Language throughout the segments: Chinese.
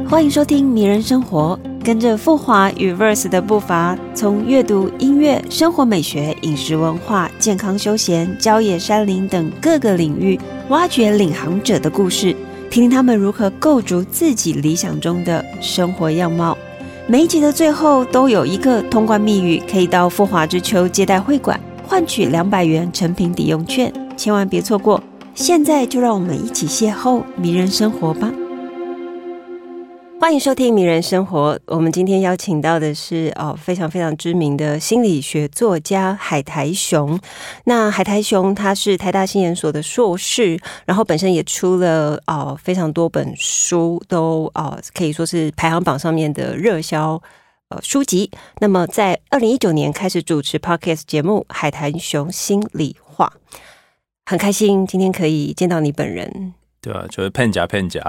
欢迎收听迷人生活，跟着富华与 Verse 的步伐，从阅读、音乐、生活美学、饮食文化、健康休闲、郊野山林等各个领域，挖掘领航者的故事，听听他们如何构筑自己理想中的生活样貌。每一集的最后都有一个通关密语，可以到富华之丘接待会馆换取200元成品抵用券，千万别错过！现在就让我们一起邂逅迷人生活吧。欢迎收听迷人生活，我们今天邀请到的是非常非常知名的心理学作家海苔熊。那海苔熊他是台大新研所的硕士，然后本身也出了非常多本书，都可以说是排行榜上面的热销书籍。那么在2019年开始主持 Podcast 节目海苔熊心里话，很开心今天可以见到你本人。 对啊，就是骗假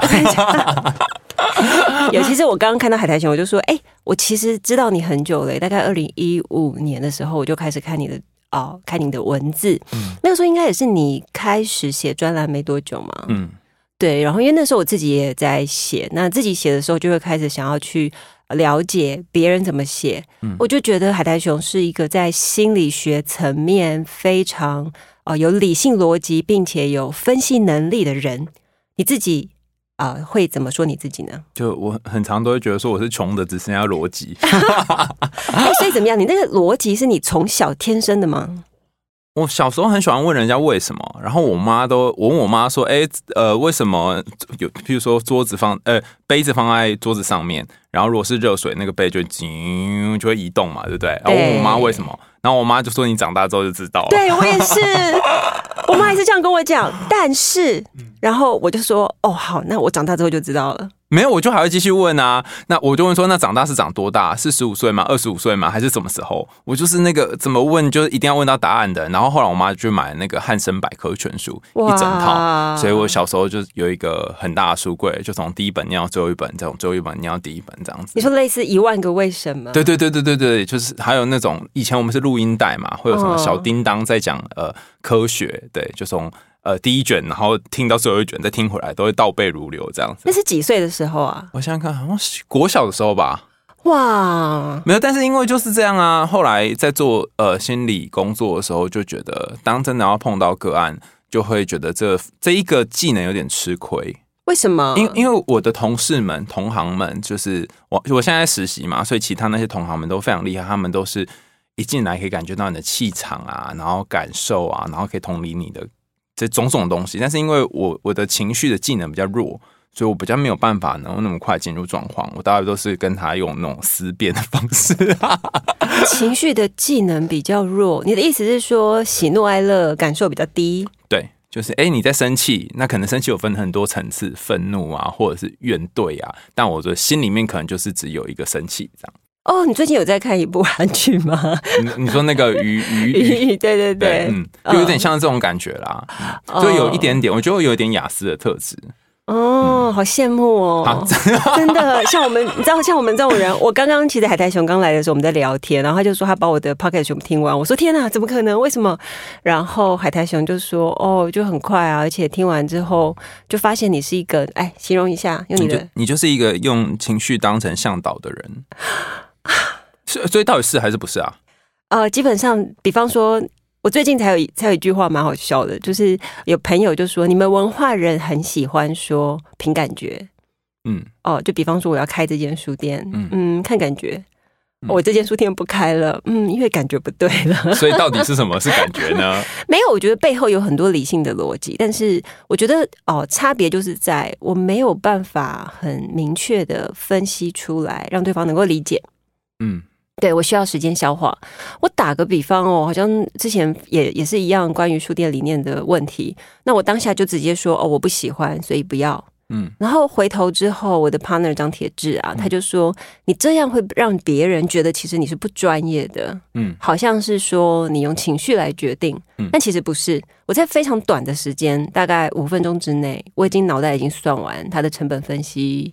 有，其实我刚刚看到海苔熊，我就说，我其实知道你很久了，大概2015年的时候，我就开始看你的文字。那个时候应该也是你开始写专栏没多久嘛。对。然后因为那时候我自己也在写，那自己写的时候就会开始想要去了解别人怎么写。我就觉得海苔熊是一个在心理学层面非常有理性逻辑，并且有分析能力的人。你自己会怎么说你自己呢？ 就我很常都会觉得说我是穷的只剩下逻辑。 所以怎么样？你那个逻辑是你从小天生的吗？ 我小时候很喜欢问人家为什么，然后我问我妈说，为什么有，譬如说杯子放在桌子上面，然后如果是热水，那个杯就会移动嘛，对不对？然后问我妈为什么，然后我妈就说你长大之后就知道了。 对，我也是，我妈也是这样跟我讲，但是，然后我就说，好，那我长大之后就知道了。 没有，我就还会继续问啊。那我就问说，那长大是长多大？是15岁吗？25岁吗？还是什么时候？我就是那个怎么问，就是一定要问到答案的。然后后来我妈就买那个汉生百科全书一整套，所以我小时候就有一个很大的书柜，就从第一本念到最后一本，再从最后一本念到第一本这样子。 你说类似10000个为什么？ 对，就是还有那种以前我们是录音带嘛，会有什么小叮当在讲科学，对，就从第一卷，然后听到最后一卷，再听回来，都会倒背如流这样子。 那是几岁的时候啊？ 我想想看，好像是国小的时候吧。 哇， 没有，但是因为就是这样啊。后来在做心理工作的时候，就觉得当真的要碰到个案，就会觉得这一个技能有点吃亏。 为什么？ 因为我的同事们、同行们，就是我现在在实习嘛，所以其他那些同行们都非常厉害，他们都是一进来可以感觉到你的气场啊，然后感受啊，然后可以同理你的这种种东西。但是因为我的情绪的技能比较弱，所以我比较没有办法能那么快进入状况。我大概都是跟他用那种思辨的方式。 情绪的技能比较弱，你的意思是说喜怒哀乐感受比较低？ 对，就是你在生气，那可能生气有分很多层次，愤怒啊，或者是怨怼啊，但我的心里面可能就是只有一个生气这样。 你最近有在看一部韩剧吗？ 你说那个鱼对， 就有点像这种感觉啦，就有一点点，我觉得有一点雅思的特质。 好羡慕哦！真的，像我们，你知道，像我们这种人，我刚刚其实海苔熊刚来的时候，我们在聊天，然后他就说他把我的 podcast 全部听完，我说天哪，怎么可能？为什么？然后海苔熊就说就很快啊，而且听完之后就发现你是一个，形容一下，用你就是一个用情绪当成向导的人。所以到底是还是不是啊？ 基本上，比方说，我最近才有一句话蛮好笑的，就是有朋友就说，你们文化人很喜欢说凭感觉。就比方说我要开这间书店，看感觉。我这间书店不开了，因为感觉不对了。 所以到底是什么是感觉呢？ 没有，我觉得背后有很多理性的逻辑，但是我觉得差别就是在我没有办法很明确的分析出来，让对方能够理解。对，我需要时间消化。我打个比方好像之前也是一样关于书店理念的问题，那我当下就直接说我不喜欢，所以不要。然后回头之后，我的 partner 张铁志啊，他就说你这样会让别人觉得其实你是不专业的，好像是说你用情绪来决定，但其实不是。我在非常短的时间，大概5分钟之内，我已经脑袋已经算完他的成本分析，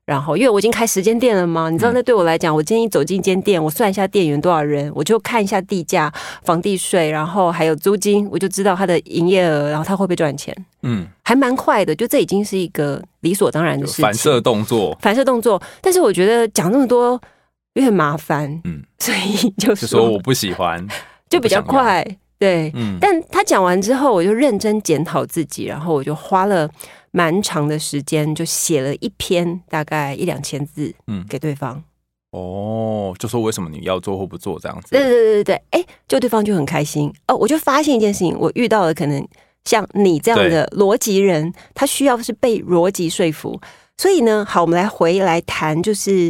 然后因为我已经开10间店了嘛，你知道那对我来讲，我今天一走进一间店，我算一下店员多少人，我就看一下地价、房地税，然后还有租金，我就知道它的营业额，然后它会不会赚钱。还蛮快的，就这已经是一个理所当然的事情。 反射动作。 但是我觉得讲那么多有点麻烦，所以就说我不喜欢， 就比较快。对，但他讲完之后，我就认真检讨自己，然后我就花了蛮长的时间，就写了一篇大概1-2千字，给对方。 就说为什么你要做或不做这样子。 对，就对方就很开心哦。我就发现一件事情，我遇到了可能像你这样的逻辑人，他需要是被逻辑说服。所以呢，好，我们回来谈，就是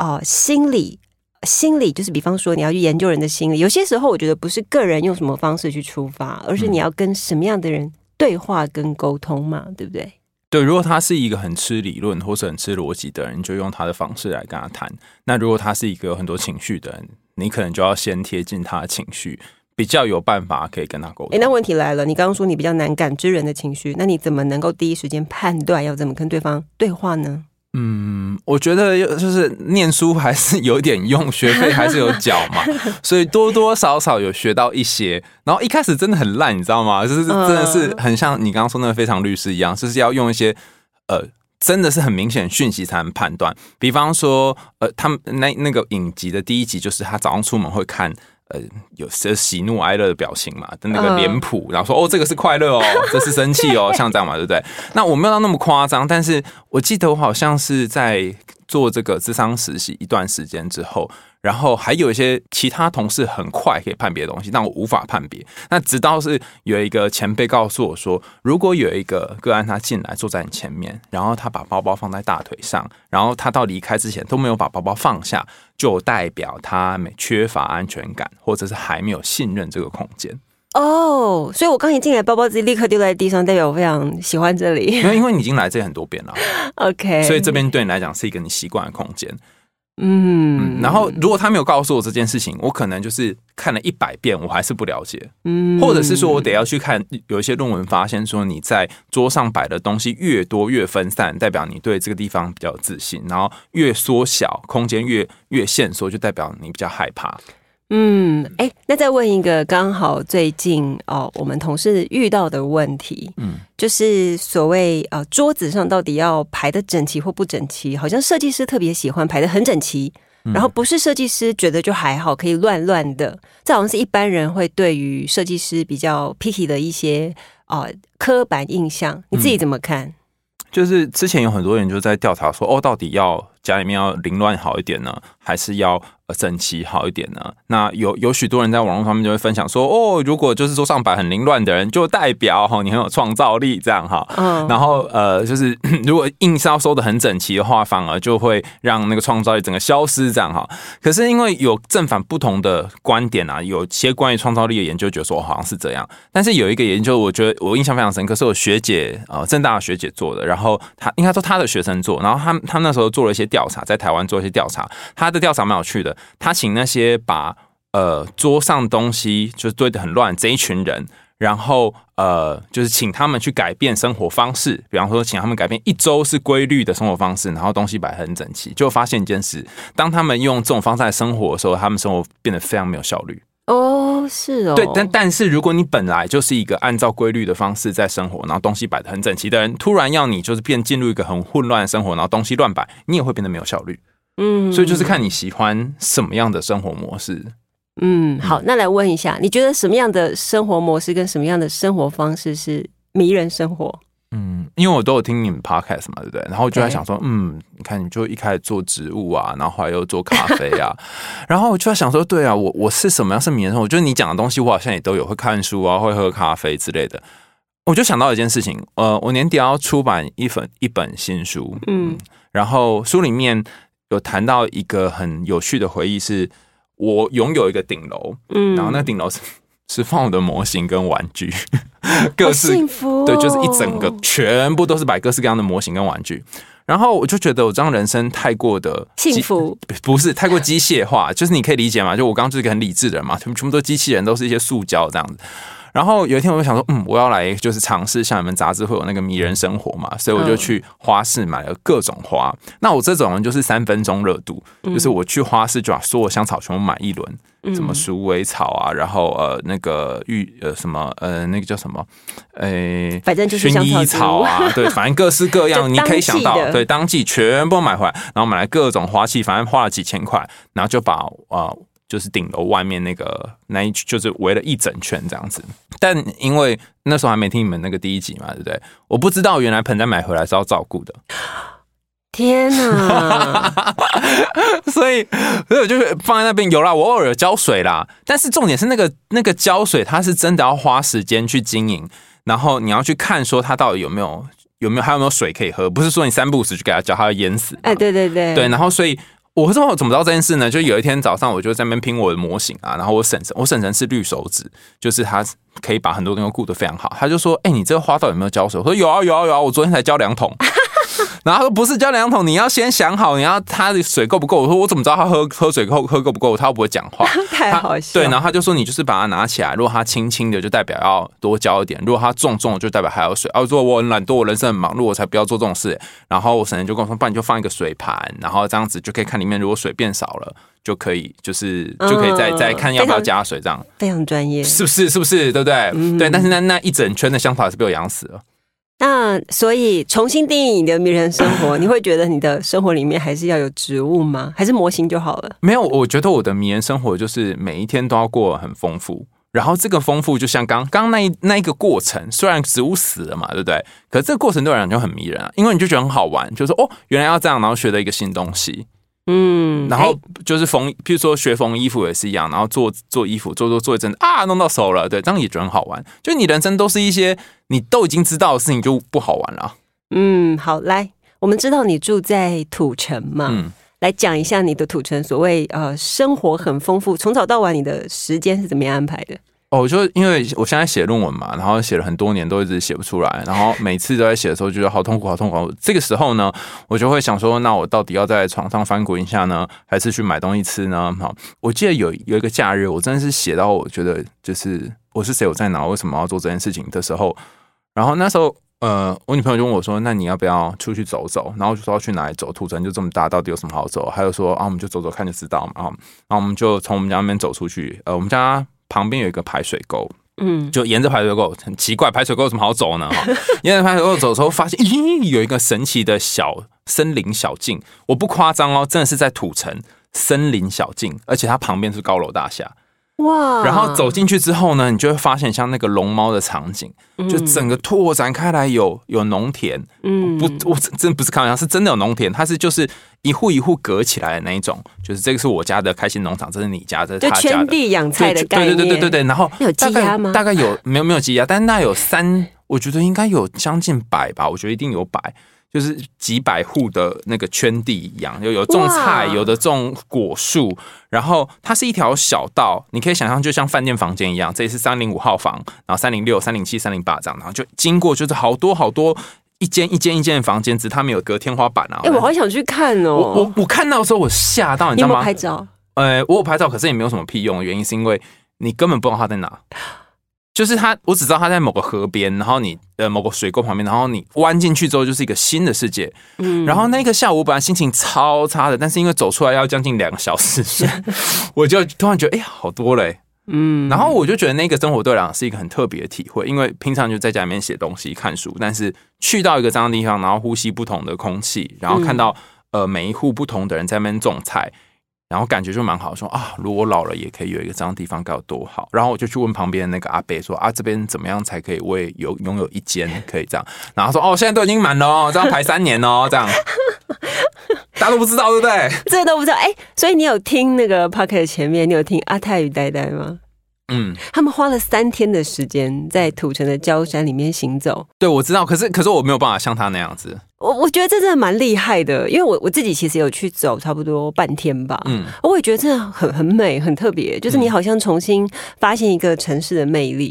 心理就是比方说你要去研究人的心理，有些时候我觉得不是个人用什么方式去出发，而是你要跟什么样的人对话跟沟通嘛，对不对？ 对，如果他是一个很吃理论或是很吃逻辑的人，你就用他的方式来跟他谈。那如果他是一个有很多情绪的人，你可能就要先贴近他的情绪，比较有办法可以跟他沟通。 那问题来了，你刚刚说你比较难感知人的情绪，那你怎么能够第一时间判断要怎么跟对方对话呢？ 我觉得就是念书还是有点用，学费还是有缴嘛，所以多多少少有学到一些。然后一开始真的很烂，你知道吗？就是真的是很像你刚刚说那个非常律师一样，就是要用一些真的是很明显的讯息才能判断。比方说他们那个影集的第1集就是他早上出门会看。有些喜怒哀乐的表情嘛的那个脸谱，然后说这个是快乐哦，这是生气哦，像这样嘛，对不对？那我没有到那么夸张，但是我记得我好像是在做这个諮商实习一段时间之后，然后还有一些其他同事很快可以判别的东西，但我无法判别。那直到是有一个前辈告诉我说，如果有一个个案他进来坐在你前面，然后他把包包放在大腿上，然后他到离开之前都没有把包包放下，就代表他缺乏安全感，或者是还没有信任这个空间。 所以我刚一进来，包包自己立刻丢在地上，代表我非常喜欢这里。 因为你已经来这里很多遍了 ，OK， 所以这边对你来讲是一个你习惯的空间。然后如果他没有告诉我这件事情，我可能就是看了100遍，我还是不了解。或者是说我得要去看，有一些论文发现说，你在桌上摆的东西越多越分散，代表你对这个地方比较有自信，然后越缩小空间越限缩，就代表你比较害怕。 那再问一个刚好最近我们同事遇到的问题，就是所谓桌子上到底要排得整齐或不整齐，好像设计师特别喜欢排得很整齐，然后不是设计师觉得就还好，可以乱乱的。这好像是一般人会对于设计师比较 picky 的一些刻板印象，你自己怎么看？ 就是之前有很多人就在调查说，到底要家里面要凌乱好一点呢，还是要整齐好一点呢？那有许多人在网络上面就会分享说，如果就是桌上摆很凌乱的人，就代表你很有创造力这样哈。然后就是如果硬是要收得很整齐的话，反而就会让那个创造力整个消失这样哈。可是因为有正反不同的观点啊，有些关于创造力的研究觉得说好像是这样，但是有一个研究我觉得我印象非常深刻，是我学姐政大的学姐做的，然后他应该说他的学生做，然后他那时候做了一些调查，在台湾做一些调查，他的调查蛮有趣的。他请那些把桌上东西就是堆得很乱这一群人，然后就是请他们去改变生活方式，比方说请他们改变1周是规律的生活方式，然后东西摆很整齐，就发现一件事，当他们用这种方式来生活的时候，他们生活变得非常没有效率。 是哦， 对，但是如果你本来就是一个按照规律的方式在生活，然后东西摆得很整齐的人，突然要你就是进入一个很混乱的生活，然后东西乱摆，你也会变得没有效率。所以就是看你喜欢什么样的生活模式。 好，那来问一下，你觉得什么样的生活模式跟什么样的生活方式是迷人生活？ 因为我都有听你们 podcast 嘛，对不对？然后我就在想说，你看你就一开始做植物啊，然后后来又做咖啡啊，然后我就在想说，对啊，我是什么样是迷人生活？我觉得你讲的东西我好像也都有，会看书啊，会喝咖啡之类的。我就想到一件事情，我年底要出版一本新书，然后书里面有谈到一个很有趣的回忆，是我拥有一个顶楼，然后那顶楼是放我的模型跟玩具，各式幸福对，就是一整个全部都是摆各式各样的模型跟玩具。然后我就觉得我这样人生太过的幸福， 不是太过机械化，就是你可以理解嘛？就我刚刚就是一个很理智的人嘛，全部都机器人，都是一些塑胶这样子。 然后有一天我就想说，我要来就是尝试像你们杂志会有那个迷人生活嘛，所以我就去花市买了各种花。那我这种人就是3分钟热度，就是我去花市就把所有香草全部买一轮。什么鼠尾草啊，然后那个那个叫什么反正就是香薰衣草啊，对，反正各式各样你可以想到，对，当季全部买回来，然后买来各种花器，反正花了几千块，然后就把就是顶楼外面就是围了一整圈这样子。但因为那时候还没听你们那个第1集嘛，对不对？我不知道原来盆栽买回来是要照顾的。 天哪！ 所以我就放在那边有啦，我偶尔有浇水啦，但是重点是那个浇水，它是真的要花时间去经营，然后你要去看说它到底还有没有水可以喝，不是说你3不5时去给它浇，它会淹死。 对对对， 对，然后所以。我怎么知道这件事呢？就有一天早上，我就在那边拼我的模型啊，然后我婶婶是绿手指，就是她可以把很多东西顾得非常好。她就说：“你这个花到底有没有浇水？”我说：“有啊，我昨天才浇2桶。”然后他说不是浇2桶，你要先想好，你要他的水够不够。我说我怎么知道他喝水喝够不够？他又不会讲话， 太好笑。 对，然后他就说你就是把它拿起来，如果它轻轻的，就代表要多浇一点；如果它重的，就代表还有水。我说我很懒惰，我人生很忙碌，我才不要做这种事。然后我婶婶就跟我说，不然你就放一个水盘，然后这样子就可以看里面，如果水变少了，就可以就可以再看要不要加水，这样非常专业， 是不是？对不对？对，但是那一整圈的香草还是被我养死了。 那所以重新定义你的迷人生活，你会觉得你的生活里面还是要有植物吗？还是模型就好了？ 没有，我觉得我的迷人生活就是每一天都要过得很丰富。然后这个丰富就像刚那一个过程，虽然植物死了嘛，对不对？可是这个过程对我来讲就很迷人啊，因为你就觉得很好玩，就是说原来要这样，然后学了一个新东西。然后就是譬如说学缝衣服也是一样，然后做衣服做一阵弄到手了，对，这样也觉得很好玩。就你人生都是一些你都已经知道的事情，就不好玩了。 好，来，我们知道你住在土城嘛，来讲一下你的土城所谓生活很丰富，从早到晚你的时间是怎么样安排的？ 就因为我现在写论文嘛，然后写了很多年都一直写不出来，然后每次都在写的时候觉得好痛苦。这个时候呢，我就会想说，那我到底要在床上翻滚一下呢，还是去买东西吃呢？好，我记得有一个假日，我真的是写到我觉得就是我是谁，我在哪，为什么要做这件事情的时候，然后那时候我女朋友就问我说，那你要不要出去走走？然后我就说要去哪里走？土城就这么大，到底有什么好走？还有说我们就走走看就知道嘛。然后我们就从我们家那边走出去，我们家旁边有一个排水沟，就沿着排水沟，很奇怪，排水沟有什么好走呢？沿着排水沟走的时候，发现有一个神奇的小森林小径，我不夸张哦，真的是在土城森林小径，而且它旁边是高楼大厦。哇！然后走进去之后呢，你就会发现像那个龙猫的场景，就整个拓展开来有农田，我真的不是开玩笑，是真的有农田，它是就是一户一户隔起来的那一种，就是这个是我家的开心农场，这是你家，这是他家的， 就圈地养菜的概念。 对，然后有鸡鸭吗？ 大概有没有鸡鸭，但是大概有我觉得应该有将近100吧，我觉得一定有100。就是几百户的那个圈地一样，有种菜，有的种果树，然后它是一条小道，你可以想象就像饭店房间一样，这里是305号房，然后306、307、308这样，然后就经过就是好多一间的房间，只是它没有隔天花板啊。 我好想去看哦！ 我看到的时候我吓到，你知道吗？ 你有没有拍照？ 我有拍照，可是也没有什么屁用的原因是因为你根本不知道它在哪。就是我只知道它在某个河边，然后你某个水沟旁边，然后你弯进去之后就是一个新的世界。然后那个下午我本来心情超差的，但是因为走出来要将近2个小时，我就突然觉得好多了。然后我就觉得那个生活对我来讲是一个很特别的体会，因为平常就在家里面写东西看书，但是去到一个这样的地方，然后呼吸不同的空气，然后看到每一户不同的人在那边种菜。然后感觉就蛮好，说如果我老了也可以有一个这样的地方，该有多好。然后我就去问旁边那个阿伯说这边怎么样才可以我也拥有一间可以这样。然后他说现在都已经满了这样排3年这样。大家都不知道对不对？ 这都不知道所以你有听那个 podcast 前面你有听阿泰与呆呆吗？他们花了3天的时间在土城的郊山里面行走。对， 我知道，可是我没有办法像他那样子。 我觉得这真的蛮厉害的，因为我自己其实有去走差不多半天吧。我也觉得真的很美，很特别，就是你好像重新发现一个城市的魅力。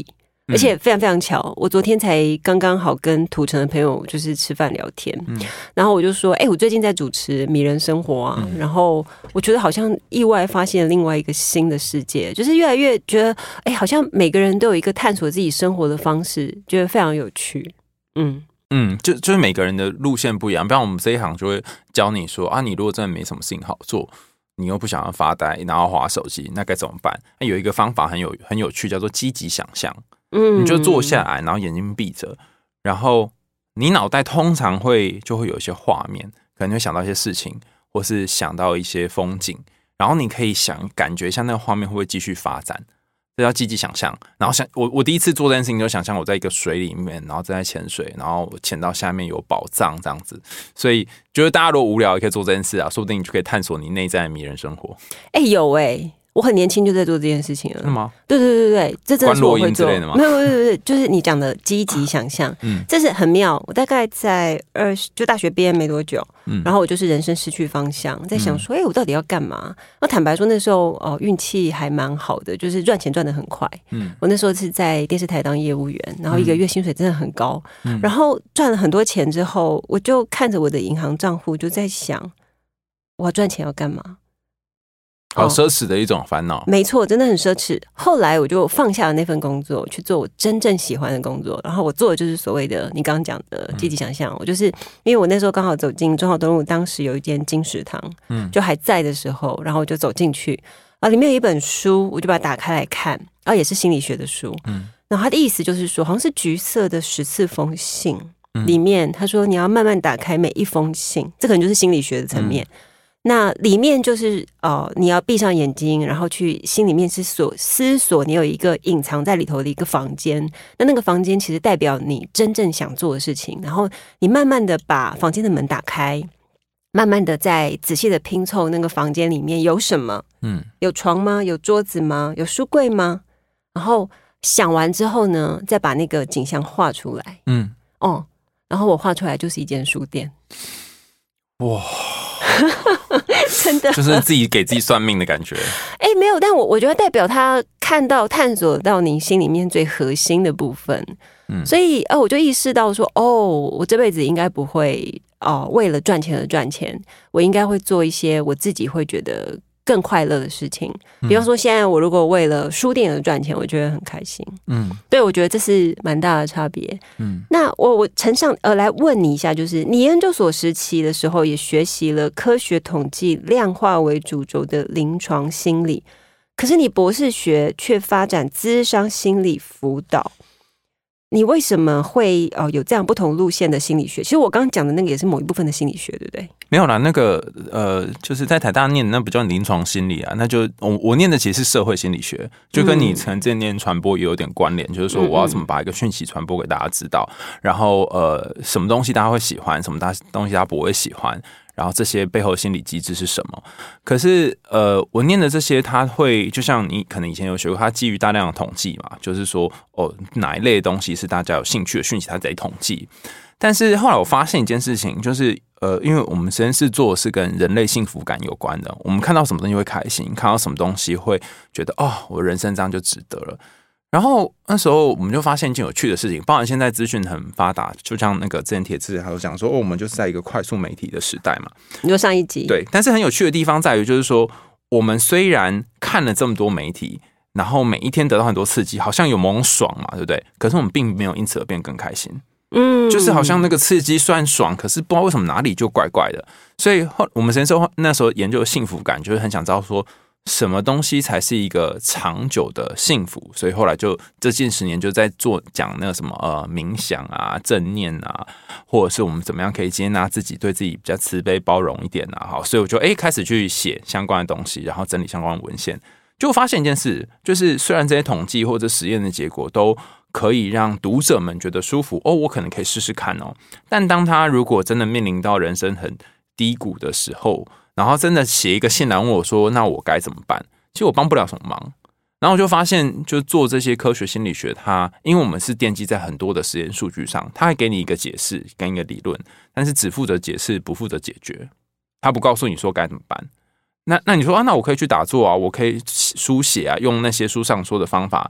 而且非常非常巧，我昨天才刚刚好跟土城的朋友就是吃饭聊天，然后我就说，我最近在主持《迷人生活》啊，然后我觉得好像意外发现另外一个新的世界，就是越来越觉得，好像每个人都有一个探索自己生活的方式，觉得非常有趣。 就是每个人的路线不一样，比方我们这一行就会教你说啊，你如果真的没什么事情好做，你又不想要发呆，然后滑手机，那该怎么办？有一个方法很有趣，叫做积极想象。你就坐下来，然后眼睛闭着，然后你脑袋通常就会有一些画面，可能会想到一些事情，或是想到一些风景，然后你可以感觉一下那个画面会不会继续发展，这叫积极想象。然后我第一次做这件事情，就想象我在一个水里面，然后正在潜水，然后潜到下面有宝藏这样子。所以觉得大家如果无聊也可以做这件事啊，说不定你就可以探索你内在的迷人生活。 有我很年轻就在做这件事情了。 是吗？ 对，这真的是我会做。 之类的吗？ 没有，就是你讲的积极想象，这是很妙。我大概在就大学毕业没多久，然后我就是人生失去方向，在想说，我到底要干嘛？那坦白说，那时候运气还蛮好的，就是赚钱赚得很快。我那时候是在电视台当业务员，然后一个月薪水真的很高，然后赚了很多钱之后，我就看着我的银行账户，就在想，我赚钱要干嘛？ 好奢侈的一种烦恼。 没错，真的很奢侈。后来我就放下了那份工作，去做我真正喜欢的工作。然后我做的就是所谓的你刚刚讲的积极想象。我就是因为我那时候刚好走进中华东路，当时有一间金石堂，就还在的时候，然后我就走进去，里面有一本书，我就把它打开来看，然后也是心理学的书。然后它的意思就是说，好像是橘色的14封信里面，他说你要慢慢打开每一封信，这可能就是心理学的层面。那里面就是你要闭上眼睛，然后去心里面思索，你有一个隐藏在里头的一个房间。那个房间其实代表你真正想做的事情。然后你慢慢的把房间的门打开，慢慢的再仔细的拼凑那个房间里面有什么。有床吗？有桌子吗？有书柜吗？然后想完之后呢，再把那个景象画出来。然后我画出来就是一间书店。 哇！ 真的就是自己给自己算命的感觉。 没有，但我觉得代表他看到探索到你心里面最核心的部分。所以我就意识到说，我这辈子应该不会为了赚钱而赚钱，我应该会做一些我自己会觉得更快乐的事情。比方说现在我如果为了书店而赚钱，我觉得很开心。对，我觉得这是蛮大的差别。那我承上来问你一下，就是你研究所时期的时候也学习了科学统计量化为主轴的临床心理，可是你博士学却发展咨商心理辅导，你为什么会有这样不同路线的心理学？其实我刚刚讲的那个也是某一部分的心理学，对不对？ 没有啦，那个就是在台大念的那不叫临床心理啊，那就我念的其实是社会心理学，就跟你曾经念传播也有点关联，就是说我要怎么把一个讯息传播给大家知道，然后什么东西大家会喜欢，什么东西大家不会喜欢，然后这些背后的心理机制是什么？可是我念的这些，它会就像你可能以前有学过，它基于大量的统计嘛，就是说哪一类的东西是大家有兴趣的讯息，它得统计。但是后来我发现一件事情，就是因为我们实验室做的是跟人类幸福感有关的，我们看到什么东西会开心，看到什么东西会觉得我人生这样就值得了。然后那时候我们就发现一件有趣的事情，包含现在资讯很发达，就像那个之前铁志他有讲说，我们就是在一个快速媒体的时代嘛。 你说上一集对，但是很有趣的地方在于，就是说我们虽然看了这么多媒体，然后每一天得到很多刺激，好像有某种爽嘛，对不对？可是我们并没有因此而变更开心。就是好像那个刺激虽然爽，可是不知道为什么哪里就怪怪的。所以我们那时候研究的幸福感，就是很想知道说什么东西才是一个长久的幸福。所以后来就这近10年就在讲那个什么冥想啊、正念啊，或者是我们怎么样可以接纳自己，对自己比较慈悲包容一点啊。好，所以我就开始去写相关的东西，然后整理相关的文献。就发现一件事，就是虽然这些统计或者实验的结果都可以让读者们觉得舒服我可能可以试试看但当他如果真的面临到人生很低谷的时候，然后真的写一个信来问我说那我该怎么办，其实我帮不了什么忙。然后我就发现就做这些科学心理学，它因为我们是奠基在很多的实验数据上，它会给你一个解释跟一个理论，但是只负责解释不负责解决，它不告诉你说该怎么办。那你说那我可以去打坐啊，我可以书写啊，用那些书上说的方法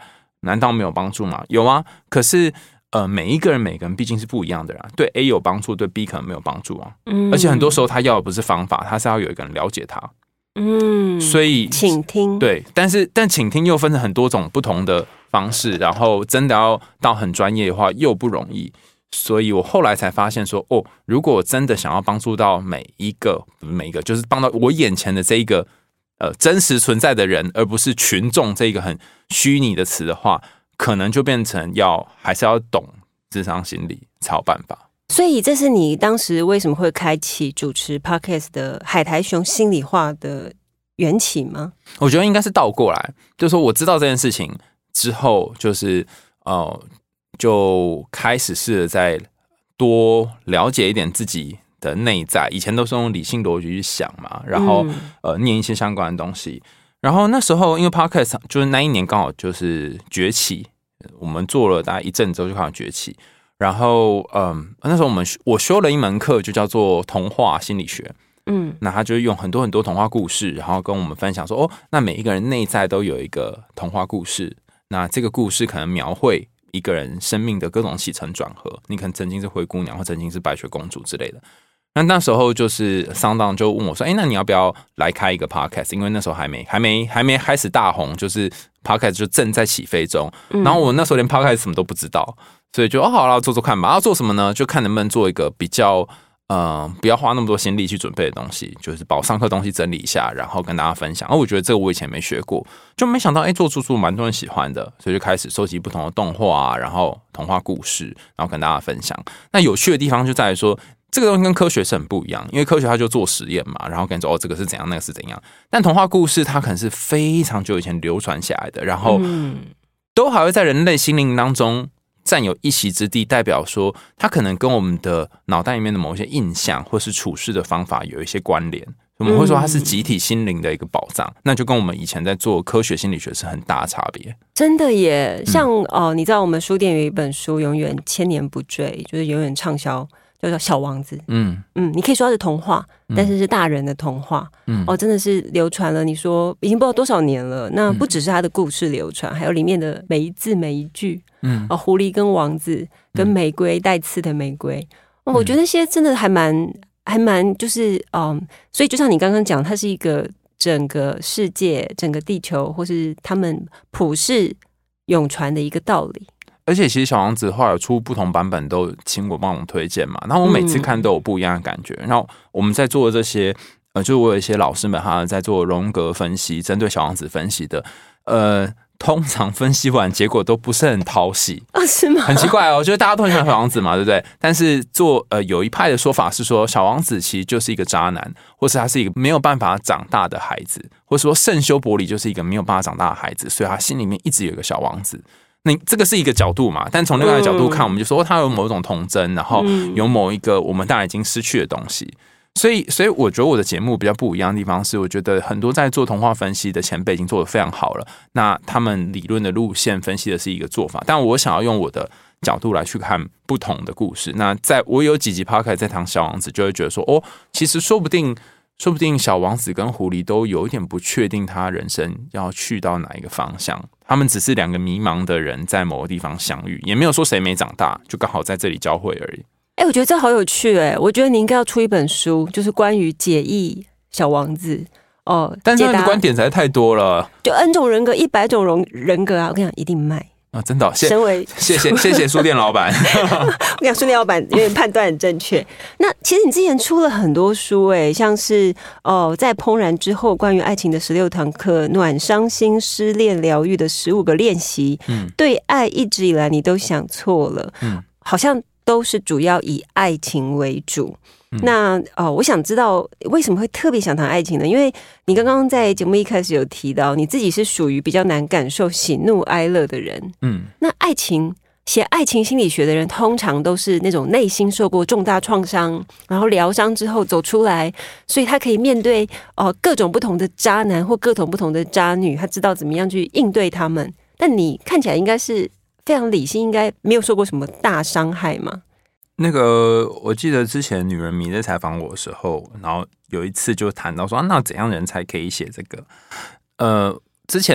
难道没有帮助吗？有啊，可是每一个人毕竟是不一样的人，对 A 有帮助，对 B 可能没有帮助啊。而且很多时候他要的不是方法，他是要有一个人了解他。所以倾听， 对，但倾听又分成很多种不同的方式，然后真的要到很专业的话又不容易。所以我后来才发现说，如果我真的想要帮助到每一个，就是帮到我眼前的这一个真实存在的人，而不是群众这一个很虚拟的词的话，可能就变成还是要懂諮商心理才有办法。 所以这是你当时为什么会开启主持 Podcast 的海苔熊心里话的缘起吗？ 我觉得应该是倒过来，就是说我知道这件事情之后，就是就开始试着再多了解一点自己的内在。以前都是用理性逻辑去想嘛，然后念一些相关的东西。然后那时候因为 Podcast 就是那一年刚好就是崛起，我们做了大概一阵子之后就开始崛起。然后那时候我修了一门课，就叫做童话心理学。那他就用很多很多童话故事，然后跟我们分享说，那每一个人内在都有一个童话故事，那这个故事可能描绘一个人生命的各种起承转合，你可能曾经是灰姑娘，或曾经是白雪公主之类的。那时候就是SoundOn就问我说，那你要不要来开一个 podcast？ 因为那时候还没开始大红，就是 podcast 就正在起飞中。然后我那时候连 podcast 什么都不知道，所以就好了，做做看吧。要做什么呢？就看能不能做一个比较不要花那么多心力去准备的东西，就是把我上课东西整理一下，然后跟大家分享。我觉得这个我以前没学过，就没想到做出蛮多人喜欢的，所以就开始收集不同的动画然后童话故事，然后跟大家分享。那有趣的地方就在于说，这个东西跟科学是很不一样，因为科学它就做实验嘛，然后跟你说这个是怎样，那个是怎样。但童话故事它可能是非常久以前流传下来的，然后都还会在人类心灵当中占有一席之地，代表说它可能跟我们的脑袋里面的某一些印象或是处事的方法有一些关联。我们会说它是集体心灵的一个宝藏，那就跟我们以前在做科学心理学是很大的差别。 真的耶，像你知道我们书店有一本书永远千年不坠，就是永远畅销，叫做《小王子》。你可以说它是童话，但是是大人的童话。真的是流传了，你说已经不知道多少年了。那不只是它的故事流传，还有里面的每一字每一句。狐狸跟王子跟玫瑰带刺的玫瑰。我觉得那些真的还蛮就是所以就像你刚刚讲，它是一个整个世界、整个地球，或是他们普世永传的一个道理。 而且其实小王子后来有出不同版本，都请我帮我推荐嘛。然后我每次看都有不一样的感觉。然后我们在做的这些，就是我有一些老师们他在做荣格分析，针对小王子分析的，通常分析完结果都不是很讨喜是吗？ 很奇怪就是大家都很喜欢小王子嘛，对不对？但是有一派的说法是说，小王子其实就是一个渣男，或是他是一个没有办法长大的孩子，或是说圣修伯里就是一个没有办法长大的孩子，所以他心里面一直有一个小王子。那这个是一个角度嘛，但从另外一个角度看，我们就说他有某种童真，然后有某一个我们当然已经失去的东西。所以我觉得我的节目比较不一样的地方是，我觉得很多在做童话分析的前辈已经做得非常好了，那他们理论的路线分析的是一个做法，但我想要用我的角度来去看不同的故事。那在我有几集 podcast 在谈小王子，就会觉得说其实说不定小王子跟狐狸都有一点不确定他人生要去到哪一个方向，他们只是两个迷茫的人在某个地方相遇，也没有说谁没长大，就刚好在这里交汇而已。 我觉得这好有趣我觉得你应该要出一本书，就是关于解译小王子但是他的观点实在太多了， 就 N 种人格、100种人格我跟你讲，一定卖真的身为谢谢书店老板我跟你讲，书店老板有点判断很正确。那其实你之前出了很多书像是在怦然之后关于爱情的16堂课、暖伤心失恋疗愈的15个练习，对爱一直以来你都想错了，好像都是主要以爱情为主。那我想知道为什么会特别想谈爱情呢？因为你刚刚在节目一开始有提到你自己是属于比较难感受喜怒哀乐的人。那爱情写爱情心理学的人通常都是那种内心受过重大创伤，然后疗伤之后走出来，所以他可以面对各种不同的渣男或各种不同的渣女，他知道怎么样去应对他们。但你看起来应该是非常理性，应该没有受过什么大伤害吗？ 那个我记得之前女人迷在采访我的时候，然后有一次就谈到说那怎样人才可以写这个之前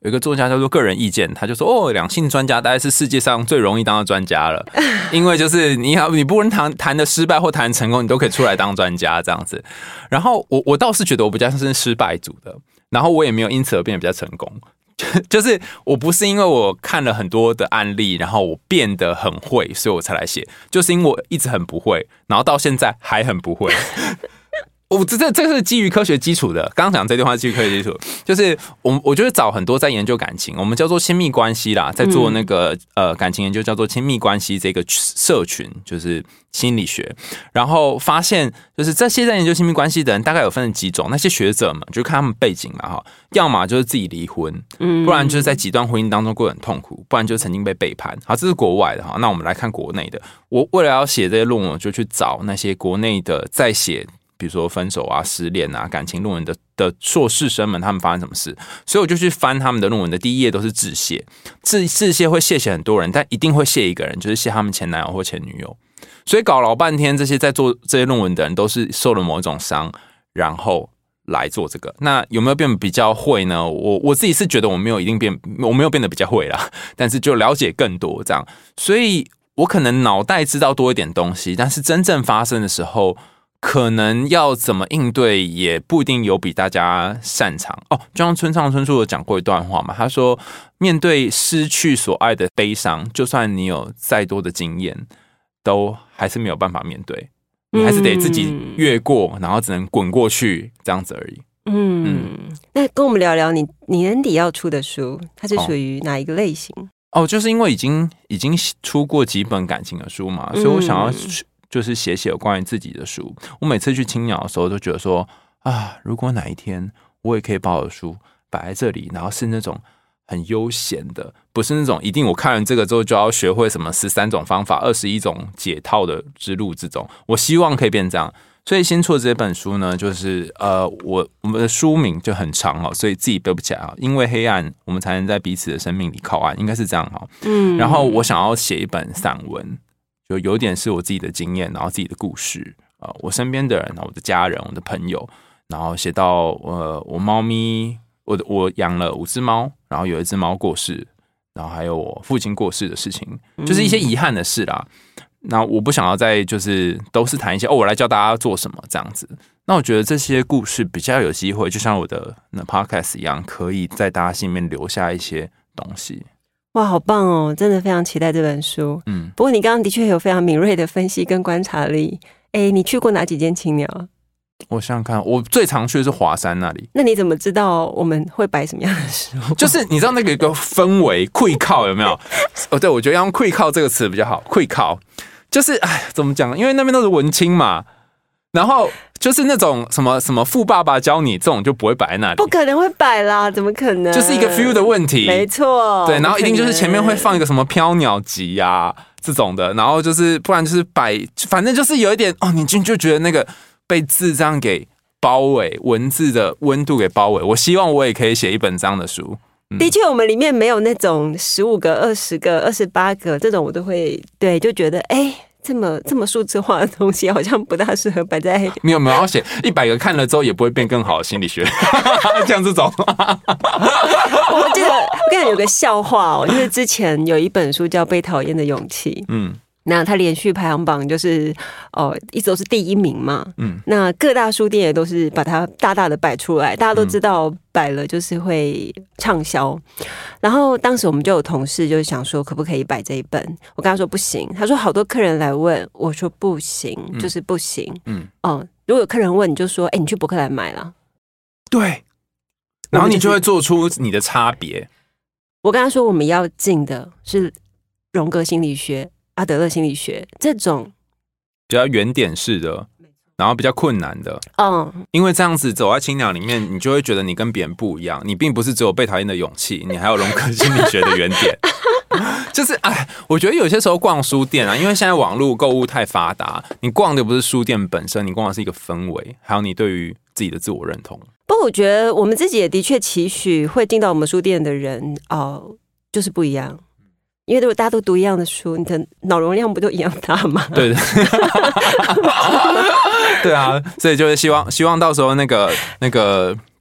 有一个作家叫做个人意见，他就说两性专家大概是世界上最容易当的专家了，因为就是你不论谈的失败或谈成功，你都可以出来当专家这样子。然后我倒是觉得我比较是失败组的，然后我也没有因此而变得比较成功。就是我不是因为我看了很多的案例，然后我变得很会，所以我才来写，就是因为我一直很不会，然后到现在还很不会。这是基于科学基础的。刚刚讲这段话是基于科学基础，就是我觉得找很多在研究感情，我们叫做亲密关系啦，在做那个感情研究叫做亲密关系这个社群，就是心理学。然后发现就是这些在研究亲密关系的人，大概有分成几种。那些学者们就看他们背景嘛哈，要么就是自己离婚，不然就是在极端婚姻当中过得很痛苦，不然就曾经被背叛。好，这是国外的哈。那我们来看国内的。我为了要写这些论文，我就去找那些国内的在写，比如说分手啊、失恋啊、感情论文的硕士生们，他们发生什么事？所以我就去翻他们的论文的第一页，都是致谢。致谢会谢很多人，但一定会谢一个人，就是谢他们前男友或前女友。所以搞老半天，这些在做这些论文的人都是受了某一种伤，然后来做这个。那有没有变得比较会呢？我自己是觉得我没有变得比较会啦，但是就了解更多这样。所以我可能脑袋知道多一点东西，但是真正发生的时候，可能要怎么应对也不一定有比大家擅长哦。就像村上春树有讲过一段话嘛，他说面对失去所爱的悲伤，就算你有再多的经验，都还是没有办法面对，你还是得自己越过，然后只能滚过去这样子而已。 那跟我们聊聊你年底要出的书，它是属于哪一个类型？ 就是因为已经出过几本感情的书嘛，所以我想要就是写有关于自己的书。我每次去青鸟的时候都觉得说如果哪一天我也可以把我的书摆在这里，然后是那种很悠闲的，不是那种一定我看完这个之后就要学会什么13种方法、21种解套的之路这种，我希望可以变这样。所以新出的这本书呢，就是我们的书名就很长所以自己背不起来因为黑暗，我们才能在彼此的生命里靠岸，应该是这样然后我想要写一本散文，就有点是我自己的经验，然后自己的故事我身边的人，我的家人，我的朋友，然后写到我猫咪，我养了5只猫，然后有一只猫过世，然后还有我父亲过世的事情，就是一些遗憾的事啦。那我不想要再就是都是谈一些我来教大家做什么这样子。那我觉得这些故事比较有机会，就像我的podcast 一样，可以在大家心里面留下一些东西。 哇，好棒哦！真的非常期待这本书。不过你刚刚的确有非常敏锐的分析跟观察力。你去过哪几间青鸟？ 我想想看，我最常去的是华山那里。 那你怎么知道我们会摆什么样的书？ 就是你知道那个一个氛围，溃靠有没有？对，我觉得要用溃靠这个词比较好。溃靠就是怎么讲？因为那边都是文青嘛，然后就是那种什么什么富爸爸教你这种就不会摆在那里， 不可能会摆啦，怎么可能？ 就是一个 feel 的问题， 没错。 对，然后一定就是前面会放一个什么飘鸟集这种的，然后就是不然就是摆，反正就是有一点你就觉得那个被字这样给包围，文字的温度给包围。我希望我也可以写一本这样的书。 的确，我们里面没有那种15个、20个、28个这种，我都会对就觉得这么数字化的东西好像不大适合摆在。 你有没有要写100个看了之后也不会变更好的心理学？像这种。 我记得我跟你有个笑话就是之前有一本书叫《被讨厌的勇气》。那他连续排行榜就是一直都是第1名嘛。那各大书店也都是把它大大的摆出来，大家都知道摆了就是会畅销。然后当时我们就有同事就是想说可不可以摆这一本，我跟他说不行，他说好多客人来问，我说不行，就是不行。如果有客人问你就说你去博客来买啦。 对，然后你就会做出你的差别。 我跟他说我们要进的是荣格心理学、阿德勒心理学这种比较原点式的，然后比较困难的。因为这样子走在青鸟里面，你就会觉得你跟别人不一样，你并不是只有被讨厌的勇气，你还有荣格心理学的原点。就是我觉得有些时候逛书店因为现在网络购物太发达，你逛的不是书店本身，你逛的是一个氛围，还有你对于自己的自我认同。 不过我觉得我们自己也的确期许会进到我们书店的人就是不一样。因为如果大家都读一样的书，你的脑容量不就一样大吗？ 对对啊，所以就是希望到时候那个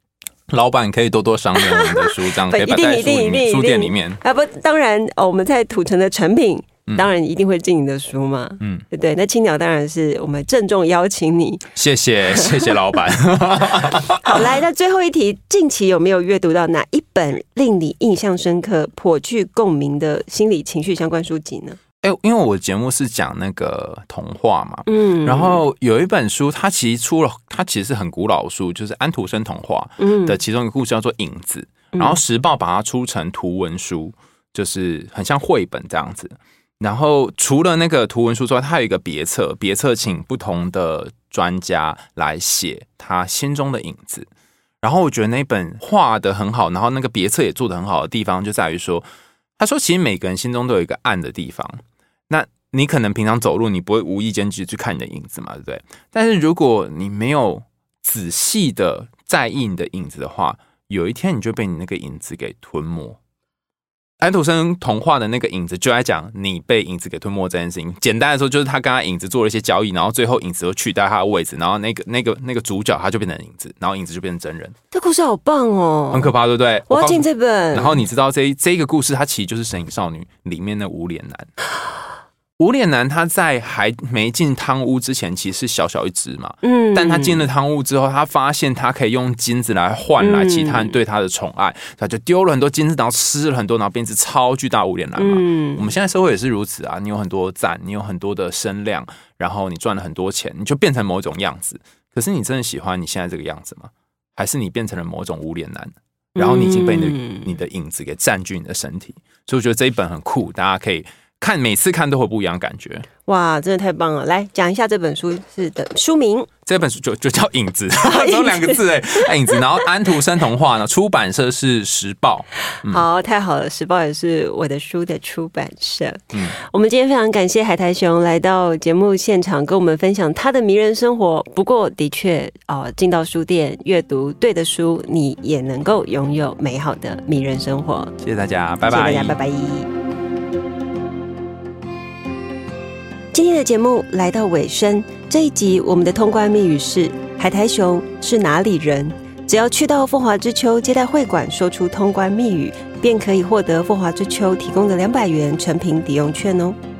老板可以多多赏脸我们的书，这样可以摆在书店里面。 不，当然我们在土城的成品。当然一定会进你的书嘛，对不对？那青鸟当然是我们郑重邀请你， 谢谢老板。 好，来，那最后一题，近期有没有阅读到哪一本令你印象深刻、颇具共鸣的心理情绪相关书籍呢？ 因为我节目是讲那个童话嘛，然后有一本书，它其实是很古老的书，就是安徒生童话的其中一个故事叫做《影子》，然后时报把它出成图文书，就是很像绘本这样子。然后除了那个图文书之外，它有一个别册请不同的专家来写他心中的影子。然后我觉得那本画得很好，然后那个别册也做得很好的地方就在于说，他说其实每个人心中都有一个暗的地方。那你可能平常走路，你不会无意间去看你的影子嘛，对不对？但是如果你没有仔细的在意你的影子的话，有一天你就被你那个影子给吞没。安徒生童话的那个影子就在讲你被影子给吞没这件事情。简单的说，就是他跟他影子做了一些交易，然后最后影子又取代他的位置，然后那个主角他就变成影子，然后影子就变成真人。 这故事好棒哦， 很可怕，对不对？ 我要进这本。 然后你知道这个故事，它其实就是《神隐少女》里面的无脸男。无脸男他在还没进汤屋之前，其实是小小一只嘛，但他进了汤屋之后，他发现他可以用金子来换来其他人对他的宠爱，他就丢了很多金子，然后吃了很多，然后变成超巨大无脸男嘛。我们现在社会也是如此啊，你有很多赞，你有很多的声量，然后你赚了很多钱，你就变成某种样子。可是你真的喜欢你现在这个样子吗？还是你变成了某种无脸男？然后你已经被你的影子给占据你的身体？所以我觉得这一本很酷，大家可以看，每次看都会不一样的感觉。 哇，真的太棒了！来讲一下这本书的书名。 这本书就叫《影子》，只有2个字影子。然后安徒生童话呢，出版社是时报。 好，太好了，时报也是我的书的出版社。我们今天非常感谢海苔熊来到节目现场，跟我们分享他的迷人生活。不过，的确进到书店阅读对的书，你也能够拥有美好的迷人生活。 谢谢大家，拜拜。 谢谢大家，拜拜。今天的节目来到尾声，这一集我们的通关密语是海苔熊是哪里人？只要去到风华之秋接待会馆说出通关密语，便可以获得风华之秋提供的200元成品抵用券哦。